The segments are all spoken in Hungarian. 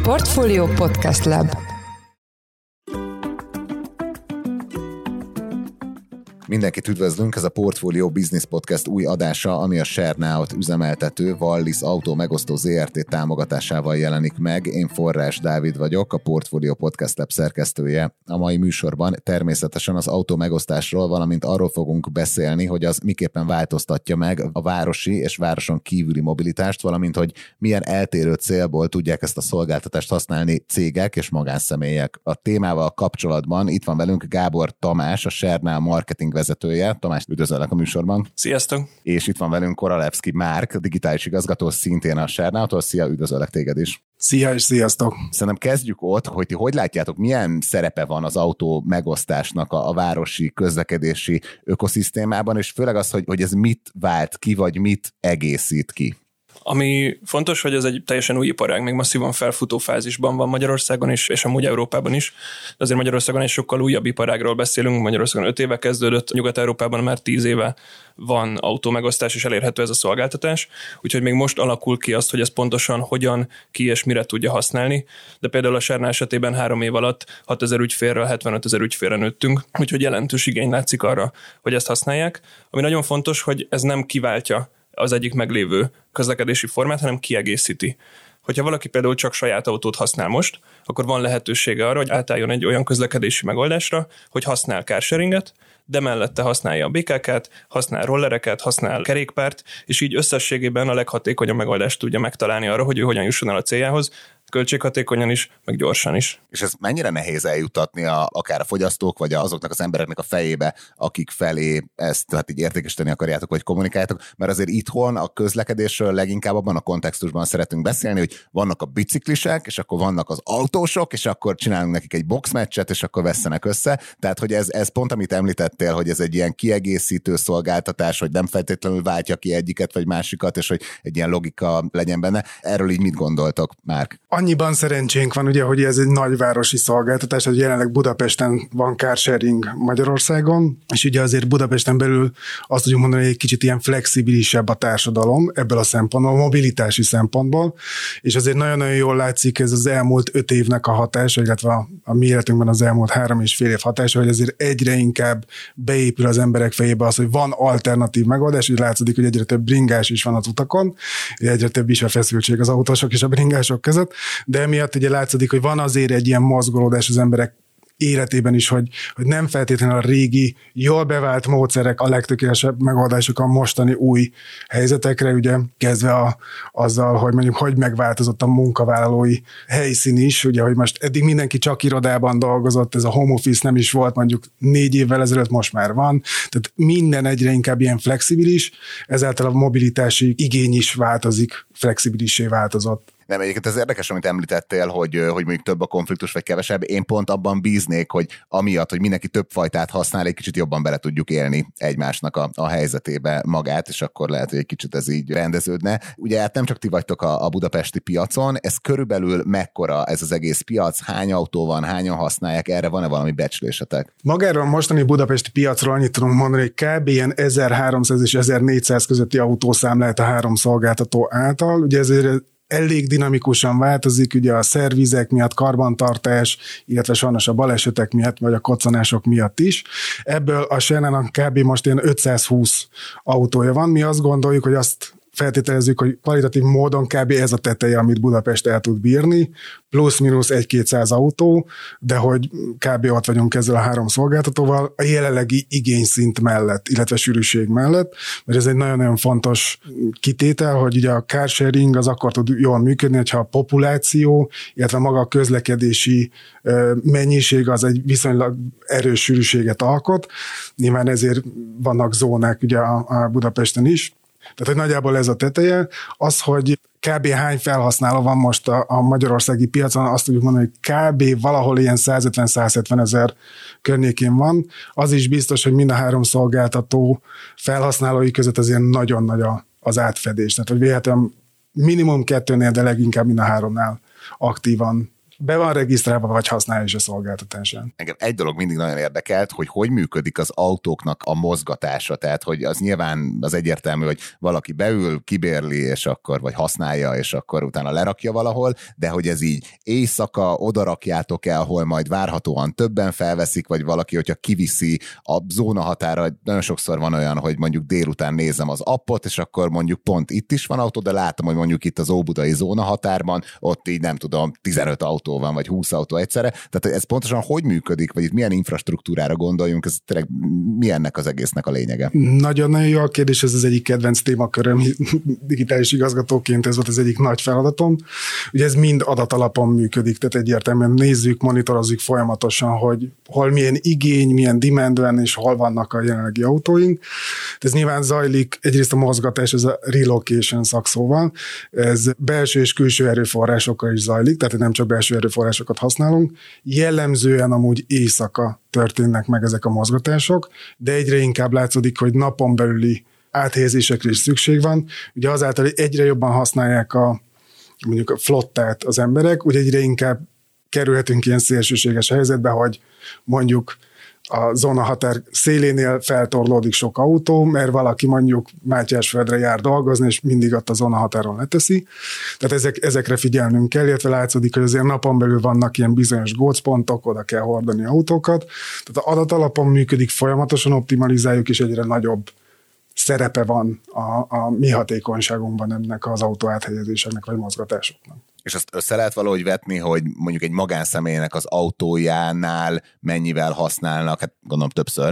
Portfolio Podcast Lab. Mindenkit üdvözlünk, ez a Portfolio Business Podcast új adása, ami a ShareNow-t üzemeltető Wallis Autó Megosztó Zrt. Támogatásával jelenik meg. Én Forrás Dávid vagyok, a Portfolio Podcast Lab szerkesztője. A mai műsorban természetesen az autó megosztásról, valamint arról fogunk beszélni, hogy az miképpen változtatja meg a városi és városon kívüli mobilitást, valamint hogy milyen eltérő célból tudják ezt a szolgáltatást használni cégek és magánszemélyek. A témával kapcsolatban itt van velünk Gábor Tamás, a ShareNow marketing vezetője. Tamás, üdvözöllek a műsorban. Sziasztok! És itt van velünk Koralevszki Márk, digitális igazgató, szintén a ShareNow-tól. Szia, üdvözöllek téged is. Szia és sziasztok! Szerintem kezdjük ott, hogy ti hogy látjátok, milyen szerepe van az autó megosztásnak a városi közlekedési ökoszisztémában, és főleg az, hogy ez mit vált ki, vagy mit egészít ki. Ami fontos, hogy ez egy teljesen új iparág, még masszívan felfutó fázisban van Magyarországon is, és amúgy Európában is. De azért Magyarországon egy sokkal újabb iparágról beszélünk. Magyarországon 5 éve kezdődött, Nyugat-Európában már 10 éve van autómegosztás, és elérhető ez a szolgáltatás. Úgyhogy még most alakul ki azt, hogy ez pontosan hogyan, ki és mire tudja használni. De például a ShareNow esetében 3 év alatt 6000 ügyfélről 75 000 ügyfélre nőttünk, úgyhogy jelentős igény látszik arra, hogy ezt használják. Ami nagyon fontos, hogy ez nem kiváltja az egyik meglévő közlekedési formát, hanem kiegészíti. Hogyha valaki például csak saját autót használ most, akkor van lehetősége arra, hogy átálljon egy olyan közlekedési megoldásra, hogy használ carsharinget, de mellette használja a BKK-t, használ rollereket, használ kerékpárt, és így összességében a leghatékonyabb megoldást tudja megtalálni arra, hogy ő hogyan jusson el a céljához, költséghatékonyan is, meg gyorsan is. És ez mennyire nehéz eljutatni akár a fogyasztók, vagy azoknak az embereknek a fejébe, akik felé ezt hát így értékesíteni akarjátok, vagy kommunikáljátok, mert azért itthon a közlekedésről leginkább abban a kontextusban szeretünk beszélni, hogy vannak a biciklisek, és akkor vannak az autósok, és akkor csinálunk nekik egy boxmeccset, és akkor vesszenek össze. Tehát, hogy ez pont, amit említettél, hogy ez egy ilyen kiegészítő szolgáltatás, hogy nem feltétlenül váltja ki egyiket vagy másikat, és hogy egy ilyen logika legyen benne. Erről így mit gondoltok, Márk? Annyiban szerencsénk van, ugye, hogy ez egy nagyvárosi szolgáltatás, hogy jelenleg Budapesten van carsharing Magyarországon, és ugye azért Budapesten belül azt tudjuk mondani, hogy egy kicsit ilyen flexibilisebb a társadalom ebből a szempontból, a mobilitási szempontból, és azért nagyon-nagyon jól látszik ez az elmúlt 5 évnek a hatása, illetve a mi életünkben az elmúlt 3,5 év hatása, hogy azért egyre inkább beépül az emberek fejébe az, hogy van alternatív megoldás, és látszik, hogy egyre több bringás is van az utakon, egyre több is a feszültség az autósok és a bringások között, de emiatt ugye látszik, hogy van azért egy ilyen mozgolódás az emberek életében is, hogy nem feltétlenül a régi, jól bevált módszerek a legtökéletesebb megoldások a mostani új helyzetekre, ugye kezdve azzal, hogy mondjuk hogy megváltozott a munkavállalói helyszín is, ugye, hogy most eddig mindenki csak irodában dolgozott, ez a home office nem is volt mondjuk 4 évvel ezelőtt, most már van, tehát minden egyre inkább ilyen flexibilis, ezáltal a mobilitási igény is változik, flexibilissé változott. Nem, egyébként ez érdekes, amit említettél, hogy mondjuk több a konfliktus, vagy kevesebb. Én pont abban bíznék, hogy amiatt, hogy mindenki több fajtát használ, egy kicsit jobban bele tudjuk élni egymásnak a helyzetébe magát, és akkor lehet, hogy egy kicsit ez így rendeződne. Ugye hát nem csak ti vagytok a budapesti piacon, ez körülbelül mekkora ez az egész piac, hány autó van, hányan használják, erre van-e valami becslésetek? Magáról a mostani budapesti piacról annyit tudunk mondani, hogy kb. Ilyen 1300 és 1400 közötti autószám lehet a 3 szolgáltató által. Ugye ezért elég dinamikusan változik, ugye a szervizek miatt, karbantartás, illetve sajnos a balesetek miatt, vagy a koccanások miatt is. Ebből a ShareNow kb. Most ilyen 520 autója van. Mi azt gondoljuk, hogy azt feltételezzük, hogy kvalitatív módon kb. Ez a teteje, amit Budapest el tud bírni, plusz-minusz 1-200 autó, de hogy kb. Ott vagyunk ezzel a 3 szolgáltatóval a jelenlegi igényszint mellett, illetve sűrűség mellett, mert ez egy nagyon-nagyon fontos kitétel, hogy ugye a carsharing az akkor tud jól működni, hogyha a populáció, illetve maga a közlekedési mennyiség az egy viszonylag erős sűrűséget alkot. Nyilván ezért vannak zónák ugye a Budapesten is. Tehát, hogy nagyjából ez a teteje. Az, hogy kb. Hány felhasználó van most a magyarországi piacon, azt tudjuk mondani, hogy kb. Valahol ilyen 150-170 ezer környékén van. Az is biztos, hogy mind a 3 szolgáltató felhasználói között az ilyen nagyon nagy az átfedés. Tehát, hogy véletlenül minimum 2-nél, de leginkább mind a 3-nál aktívan be van regisztrálva, vagy használja is a szolgáltatásán. Engem egy dolog mindig nagyon érdekelt, hogy működik az autóknak a mozgatása, tehát hogy az nyilván az egyértelmű, hogy valaki beül, kibérli, és akkor vagy használja, és akkor utána lerakja valahol, de hogy ez így éjszaka odarakjátok el, ahol majd várhatóan többen felveszik, vagy valaki, hogyha kiviszi a zónahatára, nagyon sokszor van olyan, hogy mondjuk délután nézem az appot, és akkor mondjuk pont itt is van autó, de látom, hogy mondjuk itt az óbudai zónahatárban, ott így nem tudom, 15 autó van, vagy 20 autó egyszerre. Tehát ez pontosan hogy működik, vagy itt milyen infrastruktúrára gondoljunk, ez tényleg mi ennek az egésznek a lényege? Nagyon-nagyon jó a kérdés, ez az egyik kedvenc témaköröm, digitális igazgatóként ez volt az egyik nagy feladatom. Ugye ez mind adatalapon működik, tehát egyértelműen nézzük, monitorozzuk folyamatosan, hogy hol milyen igény, milyen demand van, és hol vannak a jelenlegi autóink. Ez nyilván zajlik, egyrészt a mozgatás, ez a relocation szakszóval, ez belső és külső erőforrásokkal is zajlik, tehát nem csak belső erőforrásokat használunk. Jellemzően amúgy éjszaka történnek meg ezek a mozgatások, de egyre inkább látszódik, hogy napon belüli áthelyezésekre is szükség van. Ugye azáltal, hogy egyre jobban használják mondjuk a flottát az emberek, ugye egyre inkább kerülhetünk ilyen szélsőséges helyzetbe, hogy mondjuk a zónahatár szélénél feltorlódik sok autó, mert valaki mondjuk Mátyásföldre jár dolgozni, és mindig ott a zónahatáron leteszi. Tehát ezekre figyelnünk kell, illetve látszódik, hogy azért napon belül vannak ilyen bizonyos gócpontok, oda kell hordani autókat. Tehát az adatalapon működik, folyamatosan optimalizáljuk, és egyre nagyobb szerepe van a mi hatékonyságunkban ennek az autó áthelyezéseknek vagy mozgatásoknak. És azt össze lehet valahogy vetni, hogy mondjuk egy magánszemélynek az autójánál mennyivel használnak, hát gondolom többször,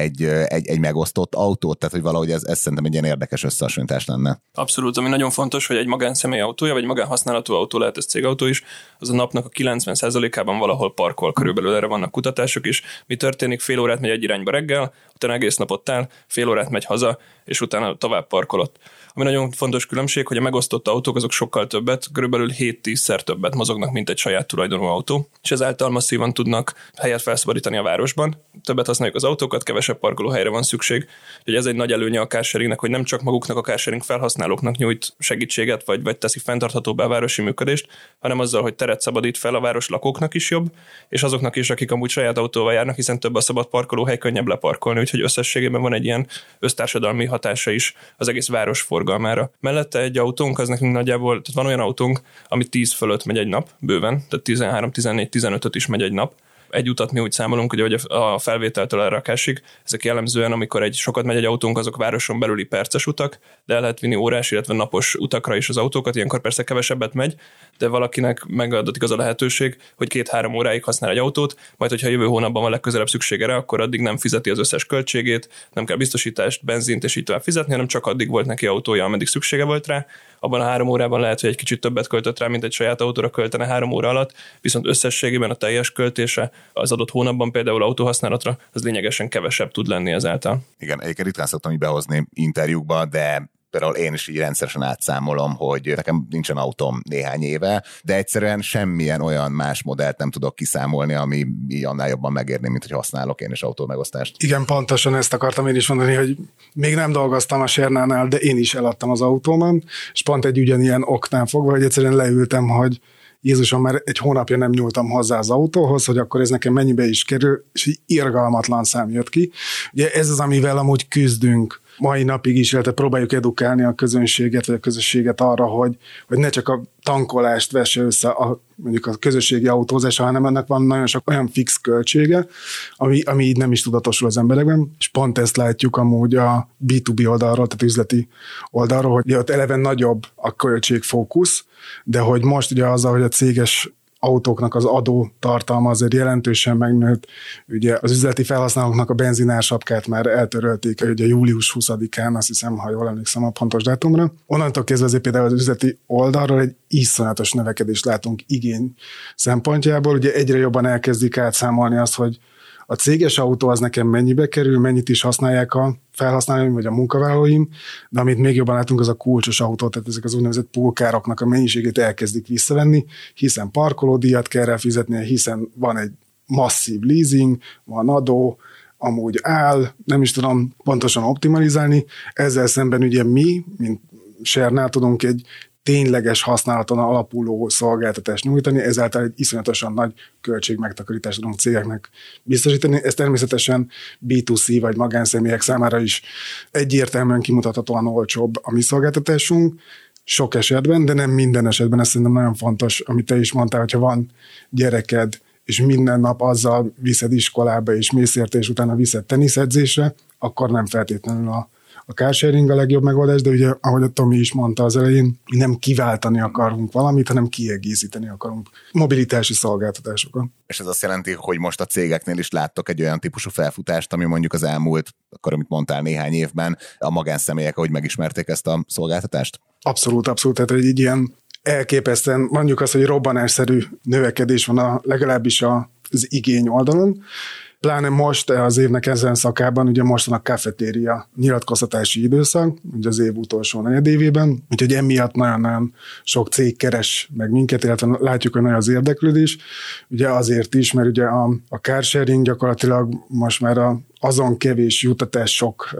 egy megosztott autót, tehát hogy valahogy ez szerintem egy ilyen érdekes összehasonlítás lenne. Abszolút, ami nagyon fontos, hogy egy magánszemély autója, vagy magánhasználatú autó, lehet ez cégautó is, az a napnak a 90%-ában valahol parkol, körülbelül erre vannak kutatások is. Mi történik? Fél órát megy egy irányba reggel, utána egész nap ott áll, fél órát megy haza, és utána tovább parkolott. Ami nagyon fontos különbség, hogy a megosztott autók azok sokkal többet, körülbelül 7-10-szer többet mozognak, mint egy saját tulajdonú autó, és ezáltal masszívan tudnak helyet felszabadítani a városban. Többet használjuk az autókat, kevesebb parkolóhelyre van szükség. Úgyhogy ez egy nagy előnye a carsharingnek, hogy nem csak maguknak a carsharing felhasználóknak nyújt segítséget, vagy teszi fenntarthatóbbá a városi működést, hanem azzal, hogy teret szabadít fel a város lakóknak is jobb, és azoknak is, akik amúgy saját autóval járnak, hiszen több a szabad parkolóhely, könnyebb leparkolni, úgyhogy összességében van egy ilyen össztársadalmi hatása is az egész város forgalmára. Mellette egy autónk, az nekünk nagyjából, tehát van olyan autónk, ami 10 fölött megy egy nap, bőven, tehát 13, 14, 15-öt is megy egy nap. Egy utat mi úgy számolunk, ugye, hogy a felvételtől elrakásig, ezek jellemzően, amikor sokat megy egy autónk, azok városon belüli perces utak, de el lehet vinni órás, illetve napos utakra is az autókat, ilyenkor persze kevesebbet megy, de valakinek megadatik az a lehetőség, hogy 2-3 óráig használ egy autót, majd hogyha jövő hónapban van legközelebb szüksége rá, akkor addig nem fizeti az összes költségét, nem kell biztosítást, benzint és így tovább fizetni, hanem csak addig volt neki autója, ameddig szüksége volt rá. Abban a 3 órában lehet, hogy egy kicsit többet költött rá, mint egy saját autóra költene 3 óra alatt, viszont összességében a teljes költése az adott hónapban például autóhasználatra az lényegesen kevesebb tud lenni ezáltal. Igen, egyébként ritkán szoktam így behozni interjúkba, de például én is így rendszeresen átszámolom, hogy nekem nincsen autóm néhány éve, de egyszerűen semmilyen olyan más modellt nem tudok kiszámolni, ami így annál jobban megérni, mint hogy használok én is autómegosztást. Igen, pontosan ezt akartam én is mondani, hogy még nem dolgoztam a Sernánál, de én is eladtam az autómat, és pont egy ugyanilyen oknál fogva, hogy egyszerűen leültem, hogy Jézusom, már egy hónapja nem nyúltam hozzá az autóhoz, hogy akkor ez nekem mennyibe is kerül, és így irgalmatlan szám jött ki. Ugye ez az, amivel amúgy küzdünk mai napig is, illetve próbáljuk edukálni a közönséget, vagy a közösséget arra, hogy ne csak a tankolást vesse össze mondjuk a közösségi autózása, hanem ennek van nagyon sok olyan fix költsége, ami így nem is tudatosul az emberekben, és pont ezt látjuk amúgy a B2B oldalról, tehát üzleti oldalról, hogy ott eleve nagyobb a költségfókusz, de hogy most ugye azzal, hogy a céges autóknak az adó tartalma azért jelentősen megnőtt. Ugye az üzleti felhasználóknak a benzinársapkát már eltörölték, ugye július 20-án, azt hiszem, ha jól emlékszem a pontos dátumra. Onnantól kezdve azért például az üzleti oldalról egy iszonyatos növekedést látunk igény szempontjából. Ugye egyre jobban elkezdik átszámolni azt, hogy a céges autó az nekem mennyibe kerül, mennyit is használják a felhasználóim, vagy a munkavállalóim, de amit még jobban látunk, az a kulcsos autó, tehát ezek az úgynevezett pulkároknak a mennyiségét elkezdik visszavenni, hiszen parkolódíjat kell rá fizetnie, hiszen van egy masszív leasing, van adó, amúgy áll, nem is tudom pontosan optimalizálni. Ezzel szemben ugye mi, mint Share-nál tudunk egy tényleges használaton alapuló szolgáltatást nyújtani, ezáltal egy iszonyatosan nagy költségmegtakarítást tudunk cégeknek biztosítani. Ez természetesen B2C vagy magánszemélyek számára is egyértelműen kimutathatóan olcsóbb a mi szolgáltatásunk, sok esetben, de nem minden esetben. Ez szerintem nagyon fontos, amit te is mondtál, hogyha van gyereked, és minden nap azzal viszed iskolába, és mész érte, és utána viszed teniszedzésre, akkor nem feltétlenül a carsharing a legjobb megoldás, de ugye, ahogy a Tomi is mondta az elején, mi nem kiváltani akarunk valamit, hanem kiegészíteni akarunk mobilitási szolgáltatásokat. És ez azt jelenti, hogy most a cégeknél is láttok egy olyan típusú felfutást, ami mondjuk az elmúlt, akkor amit mondtál, néhány évben a magánszemélyek, ahogy megismerték ezt a szolgáltatást? Abszolút. Tehát egy ilyen elképesztően, mondjuk azt, hogy robbanásszerű növekedés van legalábbis az igény oldalon. Pláne most az évnek ezen szakában, ugye most van a kafetéria nyilatkoztatási időszak, ugye az év utolsó negyedévében, úgyhogy emiatt nagyon-nagyon sok cég keres meg minket, illetve látjuk, hogy nagy az érdeklődés. Ugye azért is, mert ugye a carsharing gyakorlatilag most már azon kevés juttatások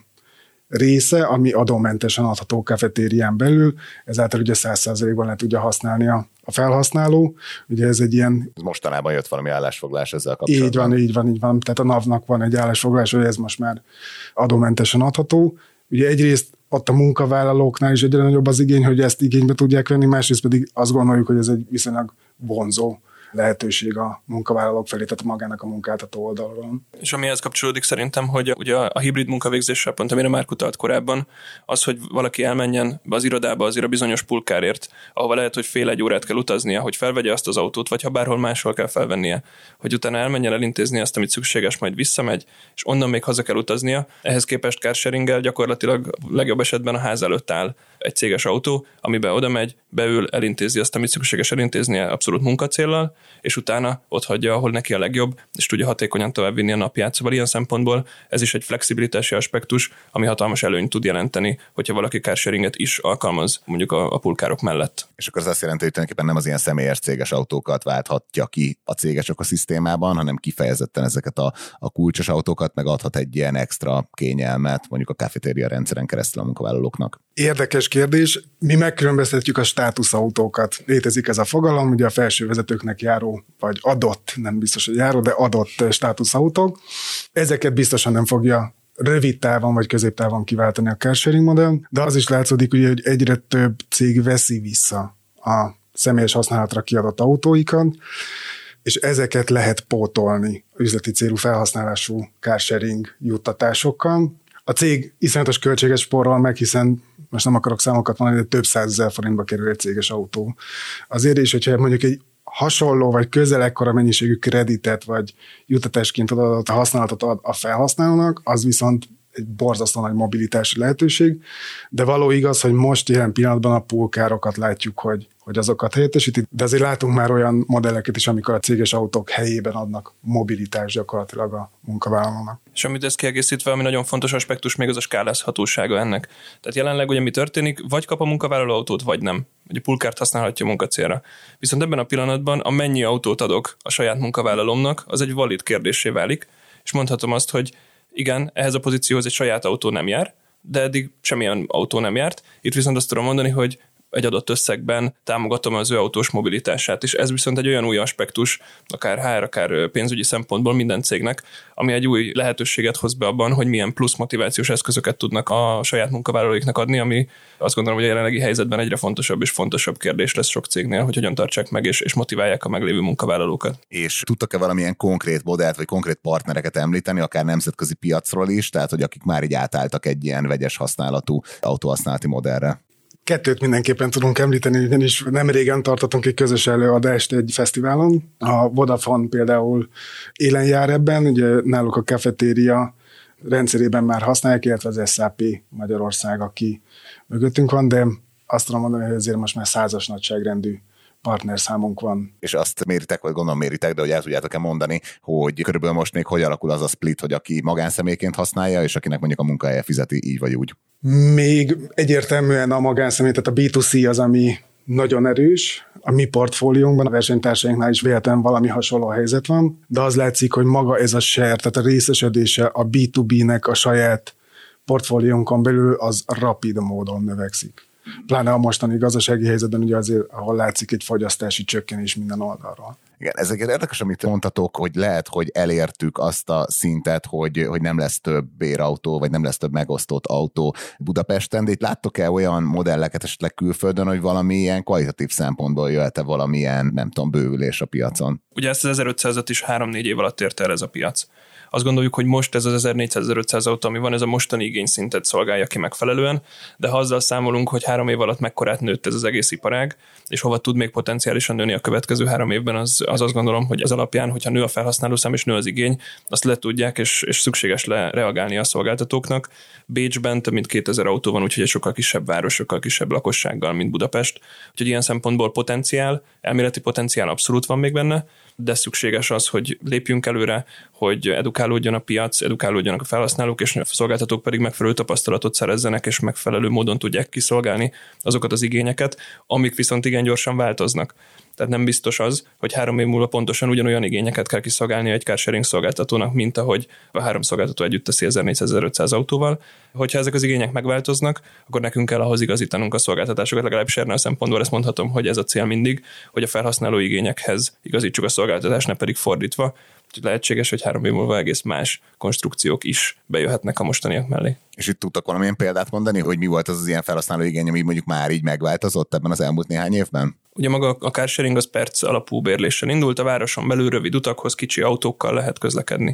része, ami adómentesen adható kafetérián belül, ezáltal ugye 100%-ban le tudja használni a felhasználó. Ugye ez egy ilyen... Mostanában jött valami állásfoglalás ezzel kapcsolatban. Így van. Tehát a NAV-nak van egy állásfoglalás, hogy ez most már adómentesen adható. Ugye egyrészt ott a munkavállalóknál is egyre nagyobb az igény, hogy ezt igénybe tudják venni, másrészt pedig azt gondoljuk, hogy ez egy viszonylag vonzó lehetőség a munkavállalók felé, tehát magának a munkáltató oldalról. És amihez kapcsolódik szerintem, hogy ugye a hibrid munkavégzéssel, pont amire már utalt korábban, az, hogy valaki elmenjen az irodába azért a bizonyos pulkárért, ahova lehet, hogy fél egy órát kell utaznia, hogy felvegye azt az autót, vagy ha bárhol máshol kell felvennie, hogy utána elmenjen elintézni azt, amit szükséges, majd visszamegy, és onnan még haza kell utaznia. Ehhez képest carsharinggel gyakorlatilag legjobb esetben a ház előtt áll egy céges autó, amiben oda megy, beül, elintézi azt, amit szükséges elintéznie abszolút munkacéllal, és utána ott hagyja, ahol neki a legjobb, és tudja hatékonyan továbbvinni a napját. Szóval ilyen szempontból ez is egy flexibilitási aspektus, ami hatalmas előnyt tud jelenteni, hogyha valaki carsharinget is alkalmaz, mondjuk a pulkárok mellett. És akkor az azt jelenti, hogy tulajdonképpen nem az ilyen személyes céges autókat válthatja ki a céges ökoszisztémában, hanem kifejezetten ezeket a kulcsos autókat megadhat egy ilyen extra kényelmet, mondjuk a kafetéria rendszeren keresztül a munkavállalóknak. Érdekes kérdés. Mi megkülönböztetjük a státuszautókat. Létezik ez a fogalom, ugye a felső vezetőknek járó, vagy adott, nem biztos, hogy járó, de adott státuszautók. Ezeket biztosan nem fogja rövid távon vagy középtávon kiváltani a carsharing modell, de az is látszódik, ugye, hogy egyre több cég veszi vissza a személyes használatra kiadott autóikat, és ezeket lehet pótolni üzleti célú felhasználású carsharing juttatásokkal. A cég iszonyatos költséget spórol meg, hiszen most nem akarok számokat mondani, de több 100 000 forintba kerül egy céges autó. Azért is, hogyha mondjuk egy hasonló vagy közel ekkora mennyiségű kreditet vagy juttatásként adott a használatot ad a felhasználónak, az viszont egy borzasztó nagy mobilitási lehetőség, de való igaz, hogy most jelen pillanatban a pulkárokat látjuk, hogy azokat helyettesítik, de azért látunk már olyan modelleket is, amikor a céges autók helyében adnak mobilitást gyakorlatilag a munkavállalónak. És amit ezt kiegészítve, ami nagyon fontos aspektus, még az a skálázhatósága ennek. Tehát jelenleg ugye mi történik, vagy kap a munkavállaló autót, vagy nem. Ugye a pulkárt használhatja munkacélra. Viszont ebben a pillanatban a mennyi autót adok a saját munkavállalomnak, az egy valid kérdéssé válik, és mondhatom azt, hogy igen, ehhez a pozícióhoz egy saját autó nem jár, de eddig semmilyen autó nem járt. Itt viszont azt tudom mondani, hogy egy adott összegben támogatom az ő autós mobilitását, és ez viszont egy olyan új aspektus, akár HR, akár pénzügyi szempontból minden cégnek, ami egy új lehetőséget hoz be abban, hogy milyen plusz motivációs eszközöket tudnak a saját munkavállalóiknak adni, ami azt gondolom, hogy a jelenlegi helyzetben egyre fontosabb és fontosabb kérdés lesz sok cégnél, hogy hogyan tartsák meg és motiválják a meglévő munkavállalókat. És tudtok-e valamilyen konkrét modellt vagy konkrét partnereket említeni, akár nemzetközi piacról is, tehát hogy akik már így átálltak egy ilyen vegyes használatú autóhasználati modellre? Kettőt mindenképpen tudunk említeni, ugyanis nem régen tartottunk egy közös előadást egy fesztiválon. A Vodafone például élen jár ebben, ugye náluk a kafetéria rendszerében már használják, illetve az SAP Magyarország, aki mögöttünk van, de azt tudom mondani, hogy azért most már 100-as nagyságrendű partnerszámunk van. És azt méritek, vagy gondolom méritek, de hogy el tudjátok-e mondani, hogy körülbelül most még hogy alakul az a split, hogy aki magánszemélyként használja, és akinek mondjuk a munkahelye fizeti így vagy úgy? Még egyértelműen a magánszemély, tehát a B2C az, ami nagyon erős. A mi portfóliónkban, a versenytársainknál is véletlenül valami hasonló helyzet van, de az látszik, hogy maga ez a share, tehát a részesedése a B2B-nek a saját portfóliónkon belül az rapid módon növekszik. Pláne a mostani gazdasági helyzetben, ugye azért, ahol látszik egy fogyasztási csökkenés minden oldalról. Igen, ezeket érdekes, amit mondtatok, hogy lehet, hogy elértük azt a szintet, hogy nem lesz több bérautó, vagy nem lesz több megosztott autó Budapesten, de itt láttok-e olyan modelleket esetleg külföldön, hogy valami ilyen kvalitatív szempontból jöhet-e valamilyen, nem tudom, bővülés a piacon? Ugye ezt az 1500-at is 3-4 év alatt érte el ez a piac. Azt gondoljuk, hogy most ez az 1400-1500 autó, ami van, ez a mostani igényszintet szolgálja ki megfelelően, de ha azzal számolunk, hogy 3 év alatt mekkorát nőtt ez az egész iparág, és hova tud még potenciálisan nőni a következő 3 évben, az azt gondolom, hogy az alapján, hogyha nő a felhasználószám és nő az igény, azt le tudják, és szükséges reagálni a szolgáltatóknak. Bécsben több mint 2000 autó van, úgyhogy egy sokkal kisebb város, sokkal kisebb lakossággal, mint Budapest. Úgyhogy ilyen szempontból elméleti potenciál abszolút van még benne, de szükséges az, hogy lépjünk előre, hogy edukálódjon a piac, edukálódjanak a felhasználók, és a szolgáltatók pedig megfelelő tapasztalatot szerezzenek, és megfelelő módon tudják kiszolgálni azokat az igényeket, amik viszont igen gyorsan változnak. Tehát nem biztos az, hogy 3 év múlva pontosan ugyanolyan igényeket kell kiszolgálni egy carsharing szolgáltatónak, mint ahogy a 3 szolgáltató együtt teszi 1400-1500 autóval. Hogyha ezek az igények megváltoznak, akkor nekünk kell ahhoz igazítanunk a szolgáltatásokat, legalábbis Sernál szempontból ezt mondhatom, hogy ez a cél mindig, hogy a felhasználó igényekhez igazítsuk a szolgáltatást, ne pedig fordítva. Úgyhogy lehetséges, hogy 3 év múlva egész más konstrukciók is bejöhetnek a mostaniak mellé. És itt tudtak valamilyen példát mondani, hogy mi volt az ilyen felhasználó igény, ami mondjuk már így megváltozott ebben az elmúlt néhány évben? Ugye maga a carsharing az perc alapú bérléssel indult, a városon belül rövid utakhoz kicsi autókkal lehet közlekedni.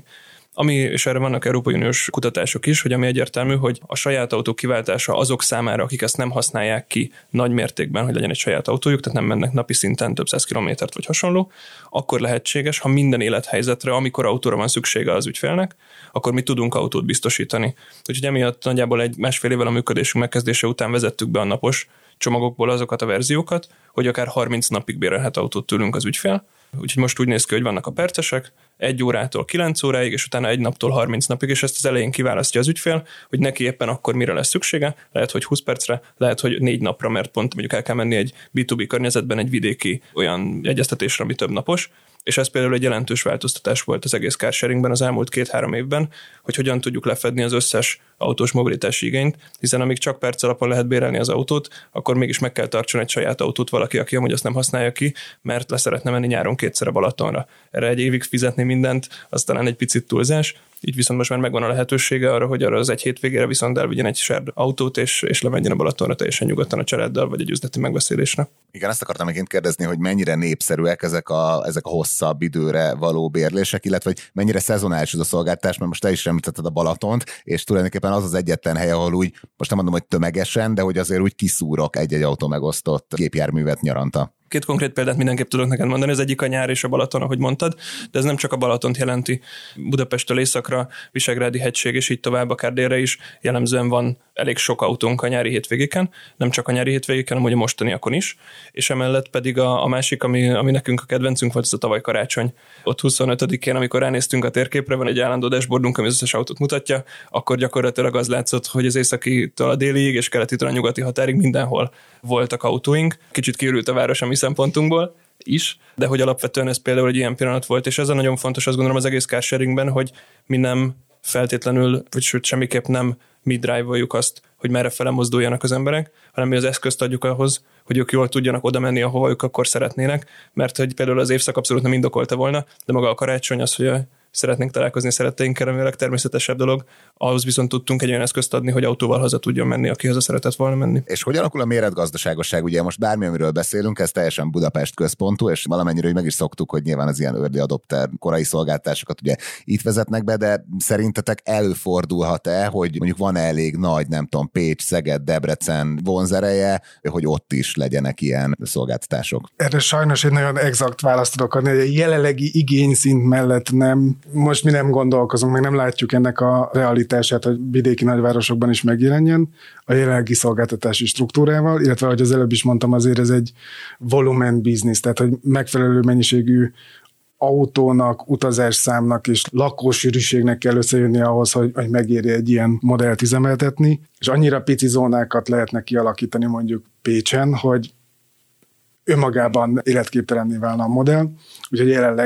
És erre vannak Európai Uniós kutatások is, hogy ami egyértelmű, hogy a saját autó kiváltása azok számára, akik ezt nem használják ki nagy mértékben, hogy legyen egy saját autójuk, tehát nem mennek napi szinten több 100 kilométert vagy hasonló, akkor lehetséges, ha minden élethelyzetre, amikor autóra van szüksége az ügyfélnek, akkor mi tudunk autót biztosítani. Úgyhogy emiatt nagyjából 1,5 évvel a működésünk megkezdése után vezettük be a napos csomagokból azokat a verziókat, hogy akár 30 napig bérelhet autót tőlünk az ügyfél. Úgyhogy most úgy néz ki, hogy vannak a percesek, 1 órától 9 óráig, és utána 1 naptól 30 napig, és ezt az elején kiválasztja az ügyfél, hogy neki éppen akkor mire lesz szüksége, lehet, hogy 20 percre, lehet, hogy 4 napra, mert pont mondjuk el kell menni egy B2B környezetben egy vidéki olyan egyeztetésre, ami több napos, és ez például egy jelentős változtatás volt az egész carsharingben az elmúlt 2-3 évben, hogy hogyan tudjuk lefedni az összes autós mobilitási igényt, hiszen amíg csak perc alapon lehet bérelni az autót, akkor mégis meg kell tartson egy saját autót valaki, aki amúgy azt nem használja ki, mert le szeretne menni nyáron 2-szer a Balatonra. Erre egy évig fizetni mindent, az talán egy picit túlzás, így viszont most már megvan a lehetősége arra, hogy arra az egy hétvégére viszont elvigyen egy shared autót, és lemenjen a Balatonra teljesen nyugodtan a családdal, vagy egy üzleti megbeszélésre. Igen, ezt akartam megint kérdezni, hogy mennyire népszerűek ezek a hosszabb időre való bérlések, illetve hogy mennyire szezonális az a szolgáltatás, mert most te is említetted a Balatont, és tulajdonképpen az az egyetlen hely, ahol úgy, most nem mondom, hogy tömegesen, de hogy azért úgy kiszúrok egy-egy autó megosztott gépjárművet nyaranta. 2 konkrét példát mindenképp tudok neked mondani, az egyik a nyár és a Balaton, ahogy mondtad, de ez nem csak a Balatont jelenti. Budapesttől északra, Visegrádi hegység és így tovább, akár délre is jellemzően van elég sok autónk a nyári hétvégéken, nem csak a nyári hétvégéken, hanem a mostaniakon is, és emellett pedig a másik, ami nekünk a kedvencünk volt, ez a tavaly karácsony. Ott 25-én, amikor ránéztünk a térképre, van egy állandó dashboardunk, ami az összes autót mutatja, akkor gyakorlatilag az látszott, hogy az északitől a déliig és keletitől a nyugati határig mindenhol voltak autóink. Kicsit kiürült a város a mi szempontunkból is, de hogy alapvetően ez például egy ilyen pillanat volt, és ez a nagyon fontos, azt gondolom az egész carsharingben, hogy mi nem feltétlenül, vagy sőt semmiképp nem mi drive-oljuk azt, hogy merre fele mozduljanak az emberek, hanem mi az eszközt adjuk ahhoz, hogy ők jól tudjanak oda menni, ahova ők akkor szeretnének, mert hogy például az évszak abszolút nem indokolta volna, de maga a karácsony az, hogy szeretnénk találkozni szeretteinkkel, ami a legtermészetesebb dolog, ahhoz viszont tudtunk egy olyan eszközt adni, hogy autóval haza tudjon menni, aki haza szeretett volna menni. És hogyan alakul a méretgazdaságosság? Ugye most bármi, amiről beszélünk, ez teljesen Budapest központú, és valamennyire hogy meg is szoktuk, hogy nyilván az ilyen early adopter korai szolgáltásokat ugye itt vezetnek be, de szerintetek előfordulhat-e, hogy mondjuk van elég nagy, nem tudom, Pécs, Szeged, Debrecen vonzereje, hogy ott is legyenek ilyen szolgáltatások? Erre sajnos egy nagyon exakt választ tudok adni, hogy a jelenlegi igényszint mellett nem. Most mi nem gondolkozunk, meg nem látjuk ennek a realitását, hogy vidéki nagyvárosokban is megjelenjen a jelenlegi szolgáltatási struktúrával, illetve, ahogy az előbb is mondtam, azért ez egy volumen business, tehát hogy megfelelő mennyiségű autónak, utazásszámnak és lakósűrűségnek kell összejönni ahhoz, hogy megérje egy ilyen modellt üzemeltetni, és annyira pici zónákat lehetne kialakítani mondjuk Pécsen, hogy önmagában életképtelenné válna a modell, úgyhogy jelenleg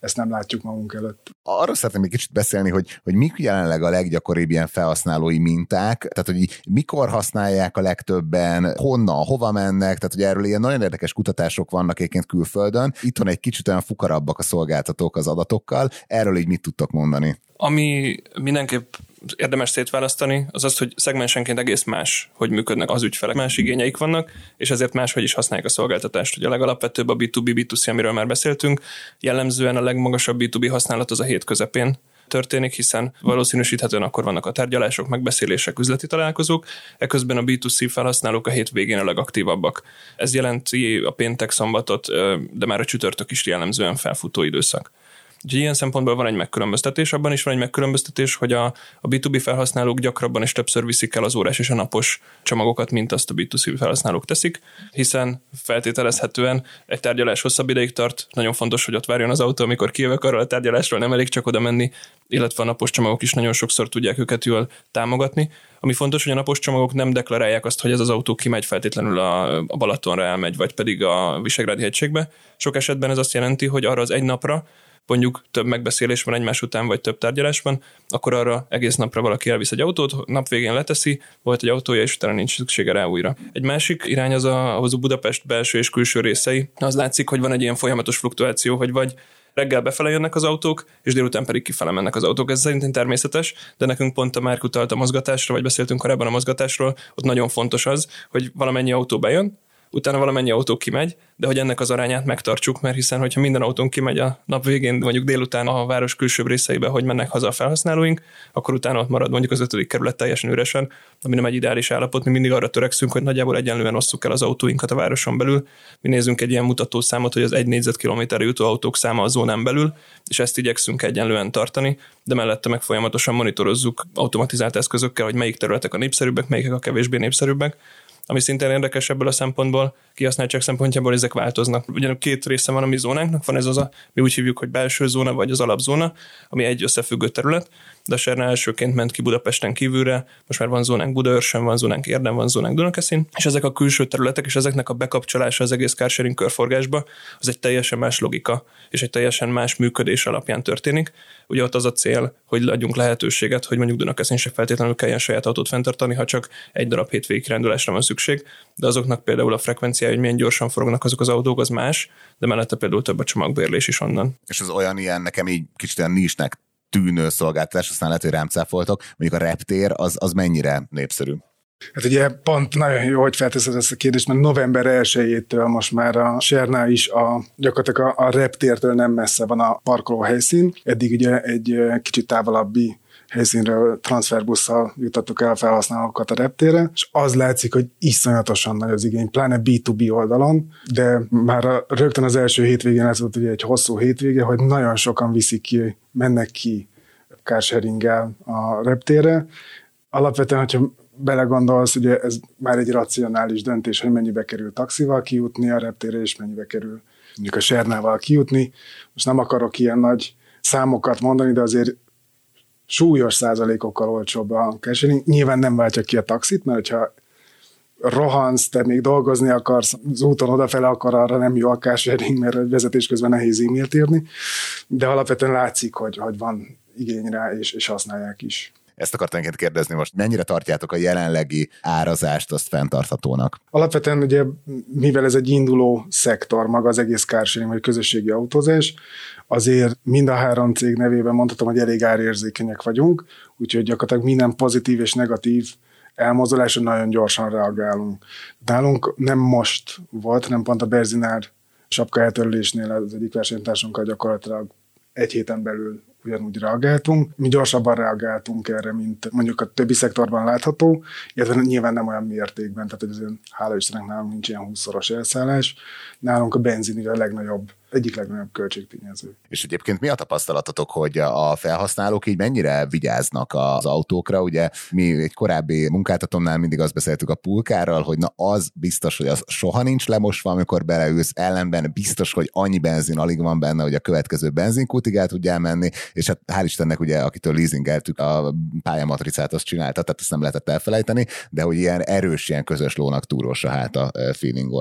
ezt nem látjuk magunk előtt. Arról szeretném egy kicsit beszélni, hogy mik jelenleg a leggyakoribb ilyen felhasználói minták, tehát hogy mikor használják a legtöbben, honnan, hova mennek, tehát hogy erről ilyen nagyon érdekes kutatások vannak egyébként külföldön. Itthon egy kicsit olyan fukarabbak a szolgáltatók az adatokkal, erről így mit tudtok mondani? Ami mindenképp érdemes szétválasztani, az az, hogy szegmensenként egész más, hogy működnek az ügyfelek, más igényeik vannak, és ezért máshogy is használják a szolgáltatást. Ugye a legalapvetőbb a B2B, B2C, amiről már beszéltünk, jellemzően a legmagasabb B2B használat az a hét közepén történik, hiszen valószínűsíthetően akkor vannak a tárgyalások, megbeszélések, üzleti találkozók, eközben a B2C felhasználók a hétvégén a legaktívabbak. Ez jelenti a péntek, szombatot, de már a csütörtök is jellemzően felfutó időszak. Úgyhogy ilyen szempontból van egy megkülönböztetés, abban is van egy megkülönböztetés, hogy a B2B felhasználók gyakrabban és többször viszik el az órás és a napos csomagokat, mint azt a B2C felhasználók teszik, hiszen feltételezhetően egy tárgyalás hosszabb ideig tart, nagyon fontos, hogy ott várjon az autó, amikor kijövök arról a tárgyalásról, nem elég csak oda menni, illetve a napos csomagok is nagyon sokszor tudják őket jól támogatni. Ami fontos, hogy a napos csomagok nem deklarálják azt, hogy ez az autó kimegy feltétlenül a Balatonra elmegy, vagy pedig a Visegrádi hegységbe. Sok esetben ez azt jelenti, hogy arra az egy napra mondjuk több megbeszélés van egymás után, vagy több tárgyalás van, akkor arra egész napra valaki elvisz egy autót, nap végén leteszi, volt egy autója, és utána nincs szüksége rá újra. Egy másik irány az a Budapest belső és külső részei. Az látszik, hogy van egy ilyen folyamatos fluktuáció, hogy vagy reggel befele jönnek az autók, és délután pedig kifele mennek az autók. Ez szerintem természetes, de nekünk pont a Márk utalt a mozgatásra, vagy beszéltünk korábban a mozgatásról, ott nagyon fontos az, hogy valamennyi autó bejön, utána valamennyi autó kimegy, de hogy ennek az arányát megtartsuk, mert hiszen, hogyha minden autón kimegy a nap végén, mondjuk délután a város külsőbb részeibe, hogy mennek haza a felhasználóink, akkor utána ott marad mondjuk az 5. kerület teljesen üresen, ami nem egy ideális állapot. Mi mindig arra törekszünk, hogy nagyjából egyenlően osszuk el az autóinkat a városon belül. Mi nézzünk egy ilyen mutatószámot, hogy az 1 négyzetkilométerre jutó autók száma a zónán belül, és ezt igyekszünk egyenlően tartani, de mellette meg folyamatosan monitorozzuk automatizált eszközökkel, hogy melyik területek a népszerűbbek, melyik a kevésbé népszerűbbek. Ami szintén érdekes ebből a szempontból, kihasználtság szempontjából ezek változnak. Ugyanúgy 2 része van a mi zónánknak, van ez az mi úgy hívjuk, hogy belső zóna vagy az alapzóna, ami egy összefüggő terület, de a Serna elsőként ment ki Budapesten kívülre, most már van zónánk Budaörsön, van zónánk Érden, van zónánk Dunakeszin, és ezek a külső területek és ezeknek a bekapcsolása az egész carsharing körforgásba, az egy teljesen más logika, és egy teljesen más működés alapján történik. Ugye ott az a cél, hogy adjunk lehetőséget, hogy mondjuk Dunakeszin se feltétlenül kelljen saját autót fenntartani, ha csak egy darab hétvégi kirándulásra van szükség, de azoknak például a frekvenciája, hogy milyen gyorsan forognak azok az autók, az más, de mellette például több a csomagbérlés is onnan. És az olyan ilyen nekem így kicsit olyan nisnek tűnő szolgáltatás, aztán lehet, hogy rám cáfoltok, mondjuk a reptér, az mennyire népszerű? Hát ugye pont nagyon jó, hogy felteszed ezt a kérdést, mert november 1-től most már a Sernál is gyakorlatilag a reptértől nem messze van a parkolóhelyszín. Eddig ugye egy kicsit távolabbi helyszínről transferbusszal jutottuk el a felhasználókat a reptérre, és az látszik, hogy iszonyatosan nagy az igény, pláne B2B oldalon, de már rögtön az első hétvégén ez volt ugye egy hosszú hétvége, hogy nagyon sokan viszik ki, mennek ki carsharinggel a reptérre. Alapvetően, hogyha belegondolsz, ugye ez már egy racionális döntés, hogy mennyibe kerül taxival kijutni a reptérre, és mennyibe kerül mondjuk a Sernával kijutni. Most nem akarok ilyen nagy számokat mondani, de azért súlyos százalékokkal olcsóbb a carsharing. Nyilván nem váltja ki a taxit, mert hogyha rohansz, te még dolgozni akarsz, az úton odafele, akkor arra nem jó a carsharing, mert vezetés közben nehéz e-mailt írni, de alapvetően látszik, hogy van igény rá, és használják is. Ezt akartam kérdezni most, mennyire tartjátok a jelenlegi árazást azt fenntarthatónak? Alapvetően ugye, mivel ez egy induló szektor, maga az egész carsharing vagy közösségi autózás, azért mind a 3 cég nevében mondhatom, hogy elég árérzékenyek vagyunk, úgyhogy gyakorlatilag minden pozitív és negatív elmozdulásra nagyon gyorsan reagálunk. Nálunk nem most volt, hanem pont a benzinár sapka eltörlésnél az egyik versenytársunkkal gyakorlatilag 1 héten belül ugyanúgy reagáltunk. Mi gyorsabban reagáltunk erre, mint mondjuk a többi szektorban látható, illetve nyilván nem olyan mértékben, tehát azért hála Istennek nálunk nincs ilyen 20-szoros elszállás. Nálunk a benzin ugye egyik legnagyobb költségtényező. És egyébként mi a tapasztalatotok, hogy a felhasználók így mennyire vigyáznak az autókra? Ugye mi egy korábbi munkáltatómnál mindig azt beszéltük a pulkárral, hogy na az biztos, hogy az soha nincs lemosva, amikor beleülsz, ellenben biztos, hogy annyi benzin alig van benne, hogy a következő benzinkútig el tudjál menni, és hát hál' Istennek ugye, akitől leasingeltük a pályamatricát, azt csinálta, tehát ezt nem lehetett elfelejteni, de hogy ilyen erős, ilyen közös lónak túrós a háta feeling volt.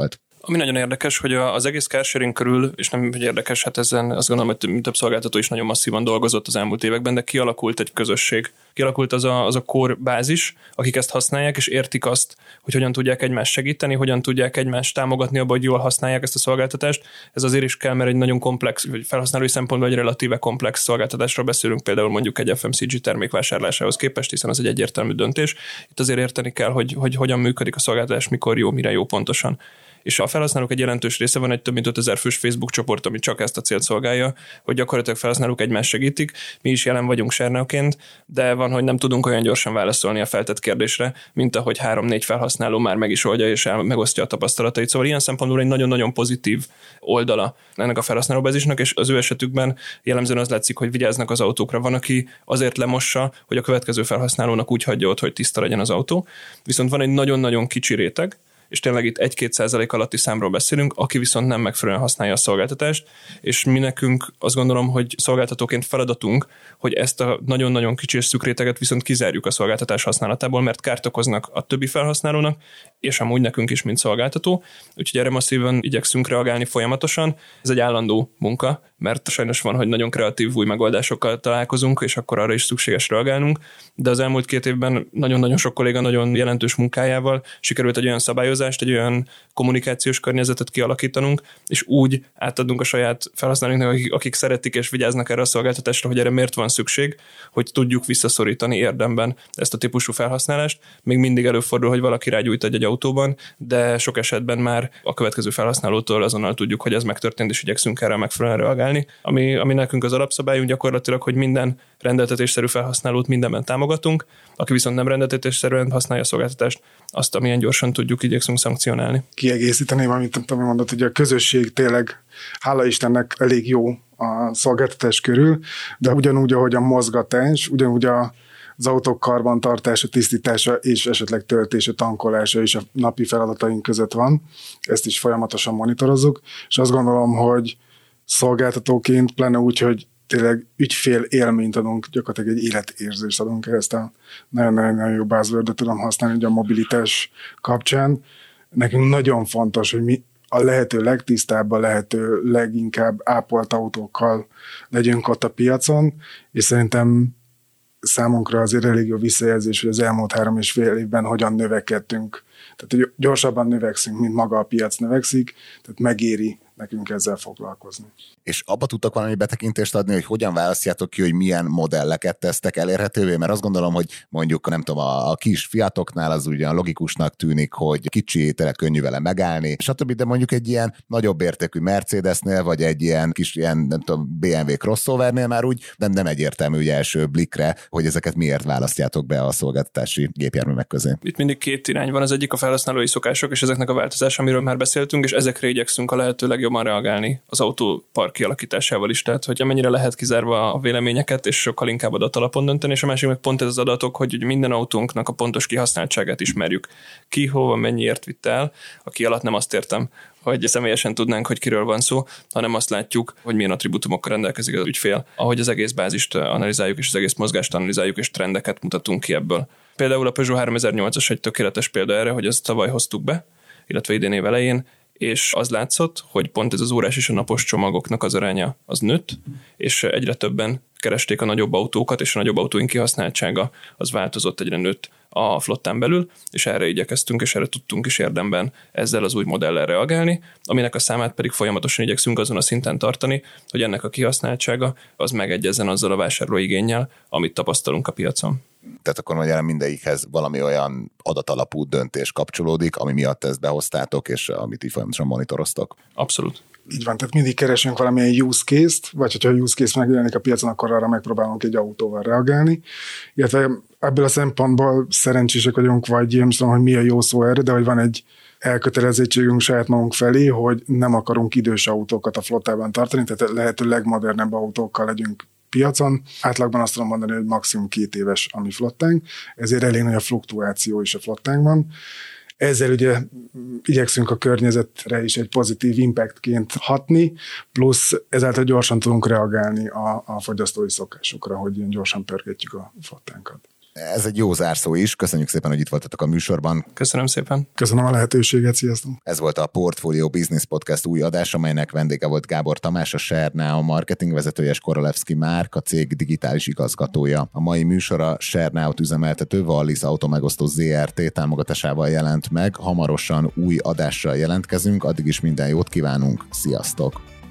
Ami nagyon érdekes, hogy az egész carsharing körül, és nem hogy érdekes, hát ezen azt gondolom, hogy több szolgáltató is nagyon masszívan dolgozott az elmúlt években, de kialakult egy közösség. Kialakult az a core bázis, akik ezt használják, és értik azt, hogy hogyan tudják egymást segíteni, hogyan tudják egymást támogatni abban, hogy jól használják ezt a szolgáltatást. Ez azért is kell, mert egy nagyon komplex, vagy felhasználói szempontból egy relatíve komplex szolgáltatásról beszélünk, például mondjuk egy FMCG termék vásárlásához képest, hiszen az egy egyértelmű döntés. Itt azért érteni kell, hogy hogyan működik a szolgáltatás, mikor jó, mire jó pontosan. És a felhasználók egy jelentős része, van egy több mint 5000 fős Facebook csoport, ami csak ezt a célt szolgálja, hogy gyakorlatilag felhasználók egymást segítik. Mi is jelen vagyunk ShareNow-ként, de van, hogy nem tudunk olyan gyorsan válaszolni a feltett kérdésre, mint ahogy 3-4 felhasználó már meg is oldja és megosztja a tapasztalatait. Szóval ilyen szempontból egy nagyon-nagyon pozitív oldala ennek a felhasználóbázisnak, és az ő esetükben jellemzően az látszik, hogy vigyáznak az autókra. Van, aki azért lemossa, hogy a következő felhasználónak úgy hagyja ott, hogy tiszta legyen az autó. Viszont van egy nagyon-nagyon kicsi réteg, és tényleg itt 1-2% alatti számról beszélünk, aki viszont nem megfelelően használja a szolgáltatást, és mi nekünk azt gondolom, hogy szolgáltatóként feladatunk, hogy ezt a nagyon-nagyon kicsi és szűk réteget viszont kizárjuk a szolgáltatás használatából, mert kárt okoznak a többi felhasználónak, és amúgy nekünk is, mint szolgáltató. Úgyhogy erre masszívan igyekszünk reagálni folyamatosan. Ez egy állandó munka, mert sajnos van, hogy nagyon kreatív új megoldásokkal találkozunk, és akkor arra is szükséges reagálnunk, de az elmúlt 2 évben nagyon-nagyon sok kolléga nagyon jelentős munkájával sikerült egy olyan szabályozást, egy olyan kommunikációs környezetet kialakítanunk, és úgy átadunk a saját felhasználóknak, akik szeretik és vigyáznak erre a szolgáltatásra, hogy erre miért van szükség, hogy tudjuk visszaszorítani érdemben ezt a típusú felhasználást. Még mindig előfordul, hogy valaki rágyújt egy autóban, de sok esetben már a következő felhasználótól azonnal tudjuk, hogy ez megtörtént, és igyekszünk erre megfelelően reagálni. Ami nekünk az alapszabályunk gyakorlatilag, hogy minden rendeltetésszerű felhasználót mindenben támogatunk, aki viszont nem rendeltetésszerűen használja a szolgáltatást, azt amilyen gyorsan tudjuk, igyekszünk szankcionálni. Kiegészíteném, amit mondott, hogy a közösség tényleg, hála Istennek, elég jó a szolgáltatás körül, de ugyanúgy, ahogy a mozgatás, ugyanúgy az autók karbantartása, tisztítása és esetleg töltése, tankolása is a napi feladataink között van. Ezt is folyamatosan monitorozzuk, és azt gondolom, hogy szolgáltatóként, pláne úgy, hogy tényleg ügyfél élményt adunk, gyakorlatilag egy életérzést adunk, ezt a nagyon-nagyon jó buzzword-et tudom használni, hogy a mobilitás kapcsán. Nekünk nagyon fontos, hogy mi a lehető legtisztább, a lehető leginkább ápolt autókkal legyünk ott a piacon, és szerintem számunkra azért elég jó visszajelzés, hogy az elmúlt 3,5 évben hogyan növekedtünk. Tehát, hogy gyorsabban növekszünk, mint maga a piac növekszik, tehát megéri nekünk ezzel foglalkozni. És abba tudtak valami betekintést adni, hogy hogyan választjátok ki, hogy milyen modelleket tesztek elérhetővé, mert azt gondolom, hogy mondjuk, nem tudom, a kis Fiatoknál az ugyan logikusnak tűnik, hogy kicsi, tényleg könnyű vele megállni, stb., de mondjuk egy ilyen nagyobb értékű Mercedesnél, vagy egy ilyen kis, nem tudom, BMW crossovernél már úgy nem egyértelmű ugye első blikre, hogy ezeket miért választjátok be a szolgáltatási gépjárművek közé. Itt mindig 2 irány van, az egyik a felhasználói szokások, és ezeknek a változása, amiről már beszéltünk, és ezekre igyekszünk a lehető legjobban reagálni az autópark kialakításával is, tehát hogy amennyire lehet kizárva a véleményeket, és sokkal inkább adatalapon dönteni, és a másik meg pont ez az adatok, hogy minden autónknak a pontos kihasználtságát ismerjük. Ki, hova, mennyiért vitt el. A ki alatt nem azt értem, hogy személyesen tudnánk, hogy kiről van szó, hanem azt látjuk, hogy milyen attribútumokkal rendelkezik az ügyfél, ahogy az egész bázist analizáljuk, és az egész mozgást analizáljuk, és trendeket mutatunk ki ebből. Például a Peugeot 3008-as egy tökéletes példa erre, hogy ezt tavaly hoztuk be, illetve idén év elején, és az látszott, hogy pont ez az órás és a napos csomagoknak az aránya az nőtt, és egyre többen keresték a nagyobb autókat, és a nagyobb autóink kihasználtsága az változott, egyre nőtt a flottán belül, és erre igyekeztünk, és erre tudtunk is érdemben ezzel az új modellel reagálni, aminek a számát pedig folyamatosan igyekszünk azon a szinten tartani, hogy ennek a kihasználtsága az megegyezzen azzal a vásárlói igénnyel, amit tapasztalunk a piacon. Tehát akkor magyarán mindegyikhez valami olyan adatalapú döntés kapcsolódik, ami miatt ezt behoztátok, és amit így folyamatosan monitoroztok. Abszolút. Így van, tehát mindig keresünk valamilyen use case-t, vagy hogyha a use case megjelenik a piacon, akkor arra megpróbálunk egy autóval reagálni. Illetve ebből a szempontból szerencsések vagyunk, vagy nem tudom, hogy mi a jó szó erre, de hogy van egy elkötelezettségünk saját magunk felé, hogy nem akarunk idős autókat a flottában tartani, tehát lehető legmodernebb autókkal legyünk piacon. Átlagban azt tudom mondani, hogy maximum 2 éves a mi flottánk, ezért elég nagy a fluktuáció is a flottánkban. Ezzel ugye igyekszünk a környezetre is egy pozitív impactként hatni, plusz ezáltal gyorsan tudunk reagálni a fogyasztói szokásokra, hogy gyorsan pörgetjük a flottánkat. Ez egy jó zárszó is. Köszönjük szépen, hogy itt voltatok a műsorban. Köszönöm szépen. Köszönöm a lehetőséget, sziasztok. Ez volt a Portfolio Business Podcast új adása, amelynek vendége volt Gábor Tamás, a ShareNow marketingvezetője, és Korolevszki Márk, a cég digitális igazgatója. A mai műsor a ShareNow-t üzemeltető Wallis Automegosztó ZRT támogatásával jelent meg. Hamarosan új adással jelentkezünk, addig is minden jót kívánunk, sziasztok!